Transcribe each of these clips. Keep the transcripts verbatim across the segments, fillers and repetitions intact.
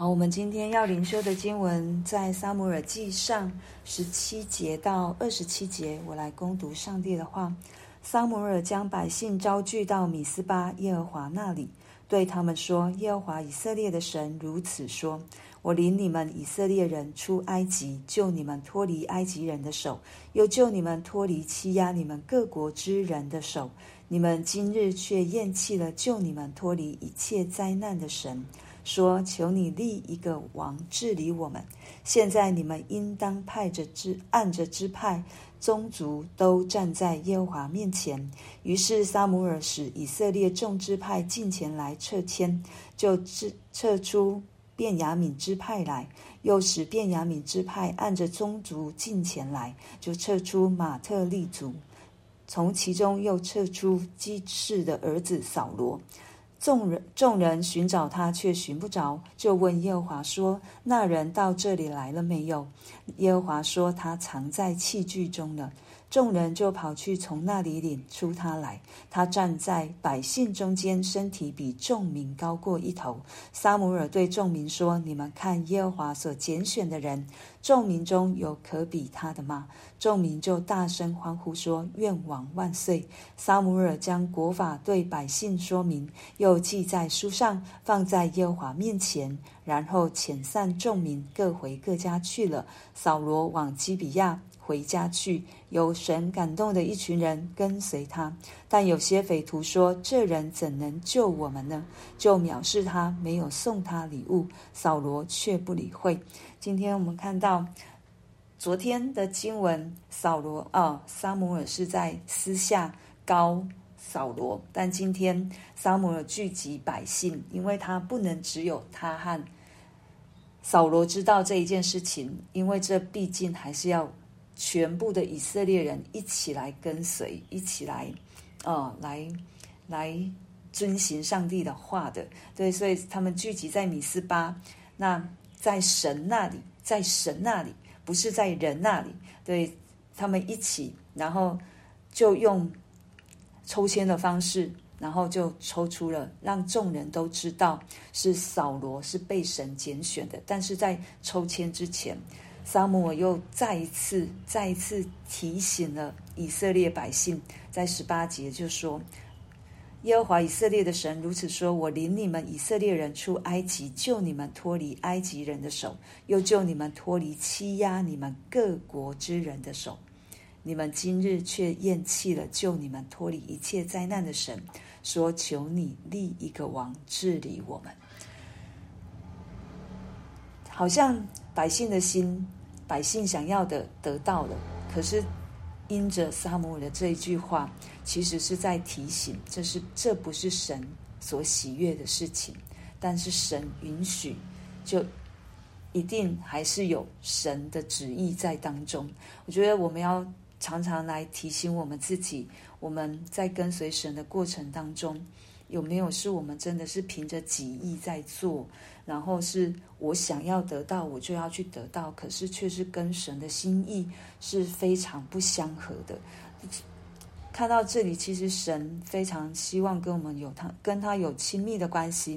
好，我们今天要灵修的经文在撒母耳记上十七节到二十七节，我来攻读上帝的话。撒母耳将百姓招聚到米斯巴耶和华那里，对他们说：耶和华以色列的神如此说，我领你们以色列人出埃及，救你们脱离埃及人的手，又救你们脱离欺压你们各国之人的手。你们今日却厌弃了救你们脱离一切灾难的神，说：求你立一个王治理我们。现在你们应当派着支按着支派宗族都站在耶和华面前。于是撒母耳使以色列众支派近前来撤迁，就撤出便雅悯支派来，又使便雅悯支派按着宗族近前来，就撤出马特利族，从其中又撤出基士的儿子扫罗。众人众人寻找他，却寻不着，就问耶和华说：那人到这里来了没有？耶和华说：他藏在器具中了。众人就跑去从那里领出他来，他站在百姓中间，身体比众民高过一头。撒母耳对众民说：你们看耶和华所拣选的人，众民中有可比他的吗？众民就大声欢呼说：愿王万岁！撒母耳将国法对百姓说明，又记在书上，放在耶和华面前，然后遣散众民，各回各家去了。扫罗往基比亚回家去，有神感动的一群人跟随他，但有些匪徒说：这人怎能救我们呢？就藐视他，没有送他礼物。扫罗却不理会。今天我们看到昨天的经文，扫罗啊，撒母耳是在私下膏扫罗，但今天撒母耳聚集百姓，因为他不能只有他和扫罗知道这一件事情，因为这毕竟还是要全部的以色列人一起来跟随，一起来呃来来遵行上帝的话的。对，所以他们聚集在米斯巴，那在神那里，在神那里，不是在人那里。对，他们一起，然后就用抽签的方式，然后就抽出了，让众人都知道是扫罗是被神拣选的。但是在抽签之前，撒母耳又再一次再一次提醒了以色列百姓，在十八节就说：耶和华以色列的神如此说，我领你们以色列人出埃及，救你们脱离埃及人的手，又救你们脱离欺压你们各国之人的手。你们今日却厌弃了救你们脱离一切灾难的神，说：求你立一个王治理我们。好像百姓的心，百姓想要的得到了，可是因着撒母耳的这一句话，其实是在提醒，这是这不是神所喜悦的事情。但是神允许，就一定还是有神的旨意在当中。我觉得我们要常常来提醒我们自己，我们在跟随神的过程当中，有没有是我们真的是凭着己意在做，然后是我想要得到我就要去得到，可是却是跟神的心意是非常不相合的。看到这里，其实神非常希望跟我们有他跟他有亲密的关系，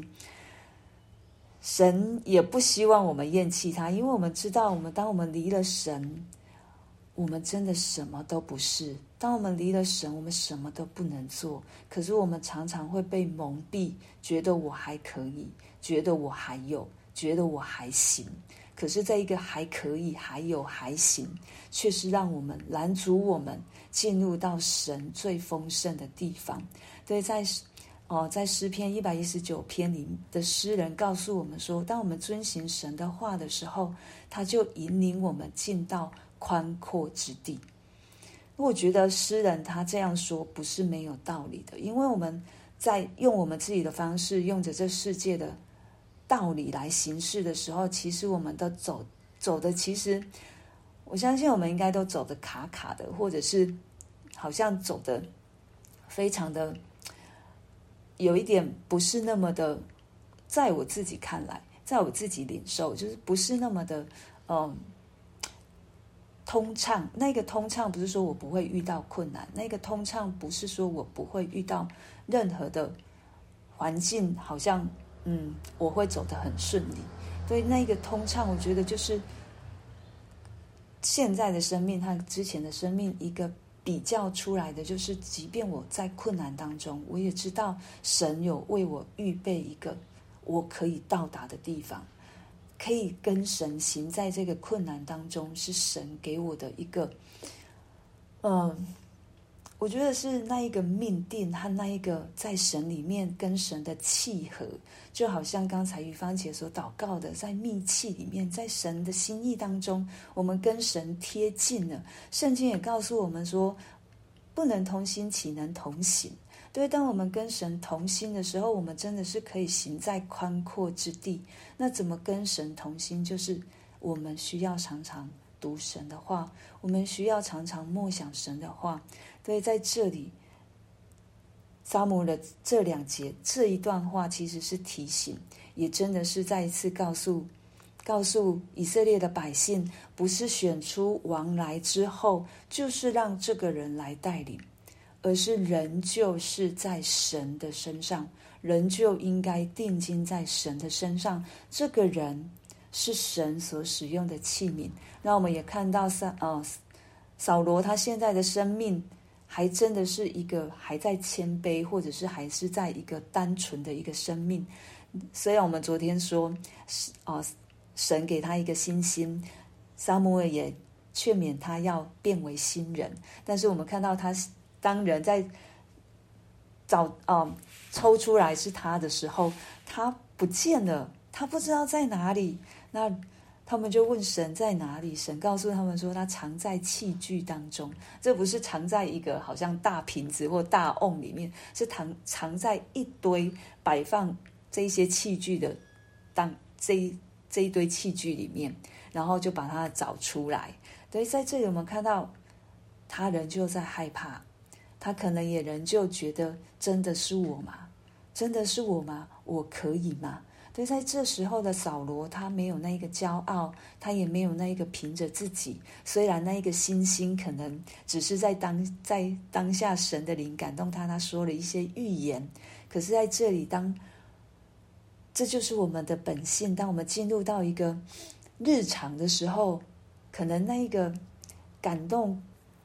神也不希望我们厌弃他，因为我们知道，我们当我们离了神，我们真的什么都不是。当我们离了神，我们什么都不能做。可是我们常常会被蒙蔽，觉得我还可以，觉得我还有，觉得我还行。可是在一个还可以、还有、还行，却是让我们拦阻我们进入到神最丰盛的地方。对，在哦，在诗篇一百一十九篇里的诗人告诉我们说，当我们遵行神的话的时候，他就引领我们进到宽阔之地。我觉得诗人他这样说不是没有道理的，因为我们在用我们自己的方式，用着这世界的道理来行事的时候，其实我们都走走的，其实我相信我们应该都走的卡卡的，或者是好像走的非常的有一点不是那么的，在我自己看来，在我自己领受，就是不是那么的嗯通畅。那个通畅不是说我不会遇到困难，那个通畅不是说我不会遇到任何的环境，好像嗯我会走得很顺利。 所以那个通畅，我觉得就是现在的生命和之前的生命一个比较出来的，就是即便我在困难当中，我也知道神有为我预备一个我可以到达的地方，可以跟神行在这个困难当中，是神给我的一个嗯，我觉得是那一个命定和那一个在神里面跟神的契合，就好像刚才于芳姐所祷告的，在密契里面，在神的心意当中，我们跟神贴近了。圣经也告诉我们说，不能同心，岂能同行？对，当我们跟神同心的时候，我们真的是可以行在宽阔之地。那怎么跟神同心？就是我们需要常常读神的话，我们需要常常默想神的话。所以在这里，撒母耳的这两节这一段话其实是提醒，也真的是再一次告诉告诉以色列的百姓，不是选出王来之后就是让这个人来带领，而是人就是在神的身上，人就应该定睛在神的身上，这个人是神所使用的器皿。那我们也看到扫呃扫罗他现在的生命还真的是一个还在谦卑，或者是还是在一个单纯的一个生命。虽然我们昨天说呃神给他一个新心，撒母耳也劝勉他要变为新人，但是我们看到他当人在找呃抽出来是他的时候，他不见了，他不知道在哪里。那他们就问神在哪里，神告诉他们说他藏在器具当中。这不是藏在一个好像大瓶子或大瓮里面，是藏藏在一堆摆放这一些器具的当这一这一堆器具里面，然后就把它找出来。所以在这里我们看到他人就在害怕，他可能也仍旧觉得真的是我吗？真的是我吗？我可以吗？所以在这时候的扫罗，他没有那一个骄傲，他也没有那一个凭着自己。虽然那一个信心可能只是在当在当下神的灵感动他，他说了一些预言。可是在这里，当这就是我们的本性，当我们进入到一个日常的时候，可能那一个感动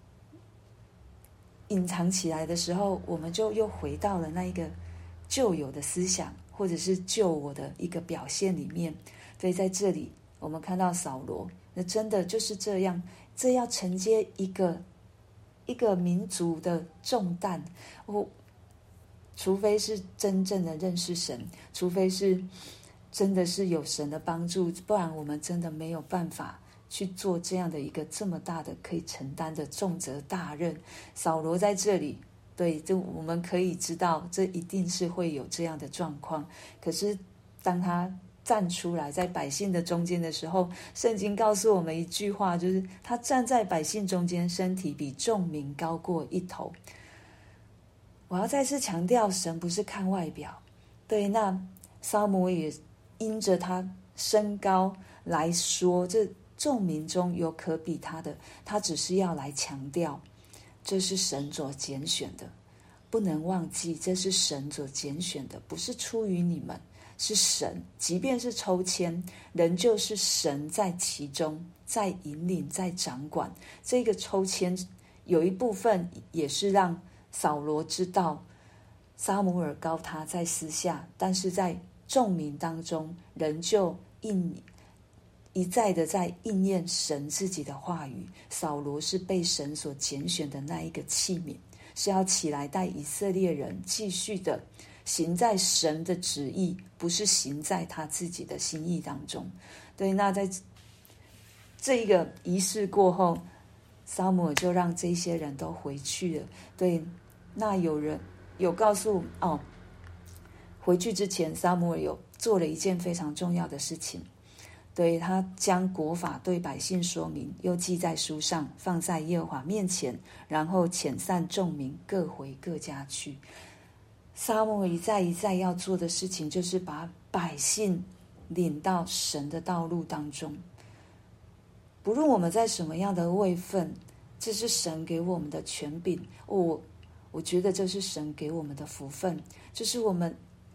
隐藏起来的时候，我们就又回到了那一个旧有的思想，或者是旧我的一个表现里面。所以在这里我们看到扫罗，那真的就是这样，这要承接一个一个民族的重担。我除非是真正的认识神，除非是真的是有神的帮助，不然我们真的没有办法去做这样的一个这么大的可以承担的重责大任。扫罗在这里，对，就我们可以知道这一定是会有这样的状况。可是当他站出来在百姓的中间的时候，圣经告诉我们一句话，就是他站在百姓中间，身体比众民高过一头。我要再次强调，神不是看外表。对，那撒母耳也因着他身高来说，这众民中有可比他的，他只是要来强调这是神所拣选的，不能忘记这是神所拣选的，不是出于你们，是神。即便是抽签，仍旧是神在其中，在引领，在掌管。这个抽签有一部分也是让扫罗知道撒母耳高他在私下，但是在众民当中仍旧应一再的在应验神自己的话语。扫罗是被神所拣选的那一个器皿，是要起来带以色列人继续的行在神的旨意，不是行在他自己的心意当中。对，那在这一个仪式过后，撒母耳就让这些人都回去了。对，那有人有告诉哦，回去之前撒母耳有做了一件非常重要的事情。对，他将国法对百姓说明，又记在书上，放在耶和华面前，然后遣散众民，各回各家去。撒母耳一再一再要做的事情，就是把百姓领到神的道路当中。不论我们在什么样的位分，这是神给我们的权柄。我我觉得这是神给我们的福分，就是我们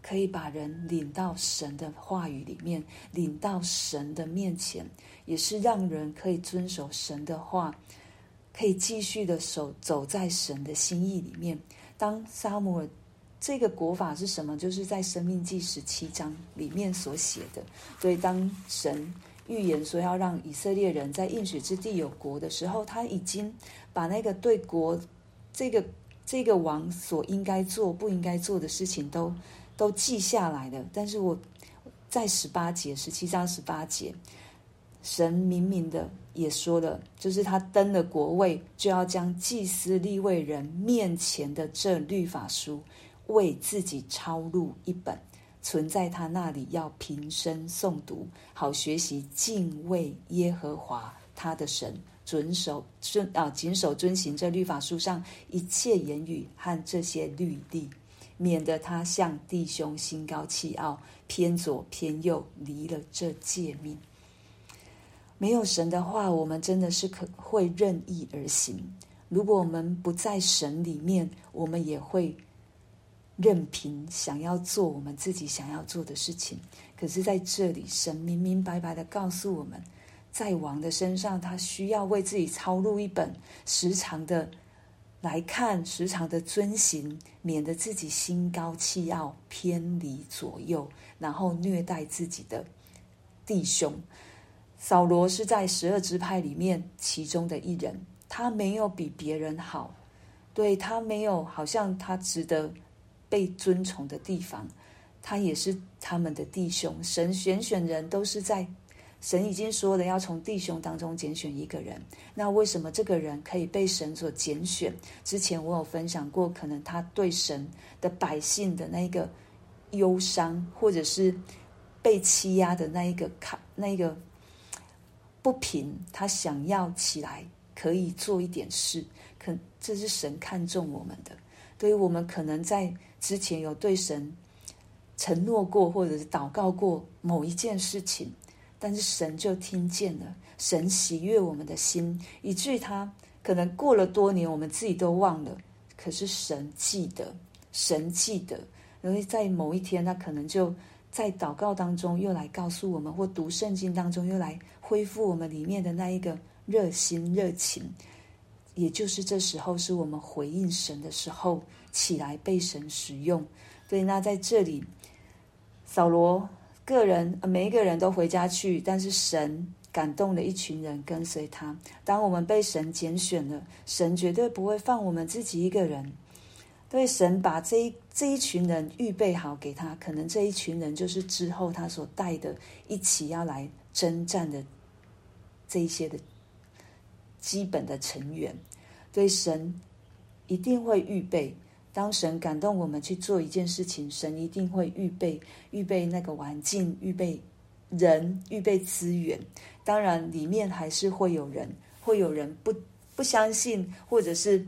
可以把人领到神的话语里面，领到神的面前，也是让人可以遵守神的话，可以继续的走走在神的心意里面。当撒母耳这个国法是什么？就是在申命记十七章里面所写的。所以当神预言说要让以色列人在应许之地有国的时候，他已经把那个对国这个这个王所应该做不应该做的事情都都记下来了。但是我在十八节十七章十八节，神明明的也说了，就是他登了国位，就要将祭司利未人面前的这律法书为自己抄录一本，存在他那里，要平生诵读，好学习敬畏耶和华他的神，遵守遵啊谨守遵行这律法书上一切言语和这些律例，免得他向弟兄心高气傲，偏左偏右，离了这诫命。没有神的话，我们真的是可会任意而行。如果我们不在神里面，我们也会任凭想要做我们自己想要做的事情。可是在这里，神明明白白的告诉我们，在王的身上，他需要为自己抄录一本，时常的来看，时常的遵行，免得自己心高气傲，偏离左右，然后虐待自己的弟兄。扫罗是在十二支派里面其中的一人，他没有比别人好，对，他没有好像他值得被尊崇的地方，他也是他们的弟兄。神选选人都是在神已经说了要从弟兄当中拣选一个人，那为什么这个人可以被神所拣选？之前我有分享过，可能他对神的百姓的那个忧伤，或者是被欺压的那一个那一个不平，他想要起来可以做一点事，可这是神看重我们的。对于我们可能在之前有对神承诺过，或者是祷告过某一件事情，但是神就听见了，神喜悦我们的心，以至于他可能过了多年我们自己都忘了，可是神记得，神记得，然后在某一天他可能就在祷告当中又来告诉我们，或读圣经当中又来恢复我们里面的那一个热心热情。也就是这时候是我们回应神的时候，起来被神使用。对，那在这里扫罗个人每一个人都回家去，但是神感动了一群人跟随他。当我们被神拣选了，神绝对不会放我们自己一个人。对，神把这一这一群人预备好给他，可能这一群人就是之后他所带的一起要来征战的这一些的基本的成员。对，神一定会预备，当神感动我们去做一件事情，神一定会预备预备那个环境，预备人，预备资源。当然里面还是会有人会有人不不相信，或者是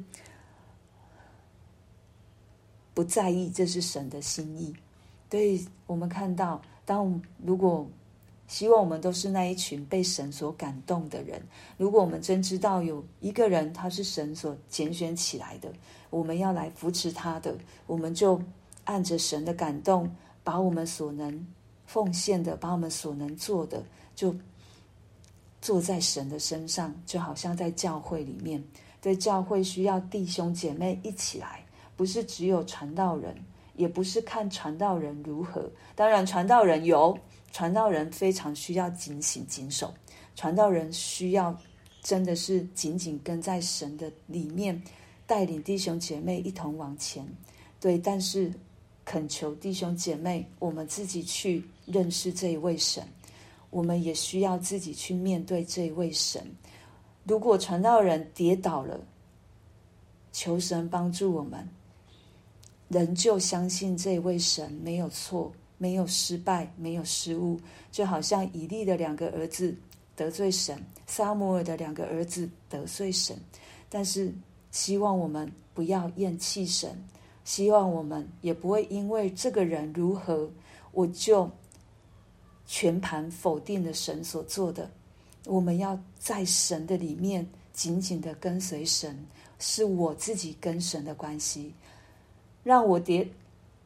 不在意这是神的心意。对，我们看到，当我们如果希望我们都是那一群被神所感动的人，如果我们真知道有一个人他是神所拣选起来的，我们要来扶持他的，我们就按着神的感动，把我们所能奉献的，把我们所能做的，就做在神的身上。就好像在教会里面，对，教会需要弟兄姐妹一起来，不是只有传道人，也不是看传道人如何。当然传道人有，传道人非常需要警醒谨守，传道人需要真的是紧紧跟在神的里面，带领弟兄姐妹一同往前。对，但是恳求弟兄姐妹，我们自己去认识这一位神，我们也需要自己去面对这一位神。如果传道人跌倒了，求神帮助我们，仍旧相信这位神没有错，没有失败，没有失误。就好像以利的两个儿子得罪神，撒母耳的两个儿子得罪神，但是希望我们不要厌弃神，希望我们也不会因为这个人如何，我就全盘否定了神所做的。我们要在神的里面紧紧的跟随神，是我自己跟神的关系。让我跌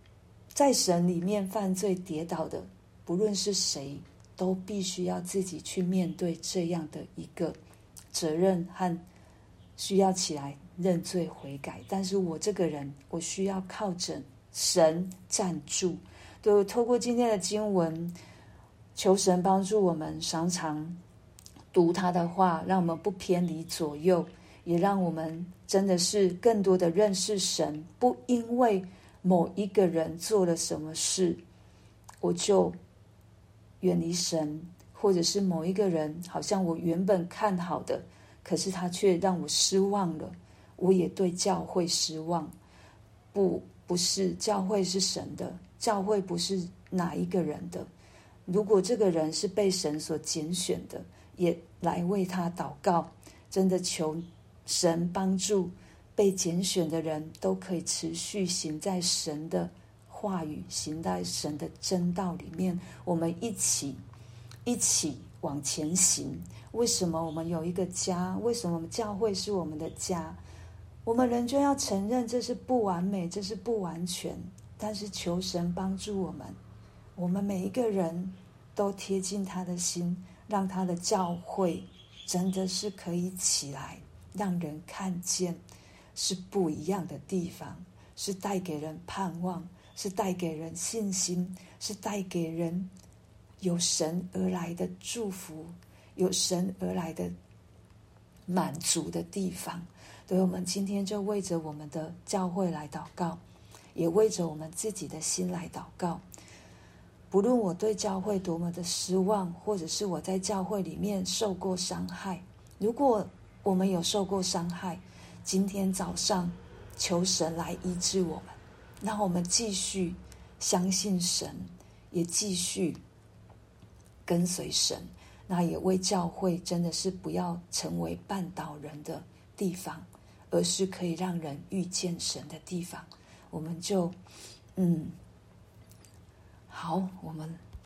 在神里面犯罪跌倒的，不论是谁，都必须要自己去面对这样的一个责任和需要起来认罪悔改。但是我这个人，我需要靠着神站住。对，透过今天的经文，求神帮助我们常常读他的话，让我们不偏离左右，也让我们真的是更多的认识神，不因为某一个人做了什么事，我就远离神，或者是某一个人好像我原本看好的，可是他却让我失望了，我也对教会失望。不，不是，教会是神的，教会不是哪一个人的。如果这个人是被神所拣选的，也来为他祷告，真的求神帮助被拣选的人都可以持续行在神的话语，行在神的真道里面，我们一起一起往前行。为什么我们有一个家？为什么教会是我们的家？我们人就要承认这是不完美，这是不完全，但是求神帮助我们，我们每一个人都贴近他的心，让他的教会真的是可以起来，让人看见是不一样的地方，是带给人盼望，是带给人信心，是带给人有神而来的祝福，有神而来的满足的地方。所以我们今天就为着我们的教会来祷告，也为着我们自己的心来祷告。不论我对教会多么的失望，或者是我在教会里面受过伤害，如果我们有受过伤害，今天早上求神来医治我们，让我们继续相信神，也继续跟随神。那也为教会真的是不要成为绊倒人的地方，而是可以让人遇见神的地方。我们就嗯好，我们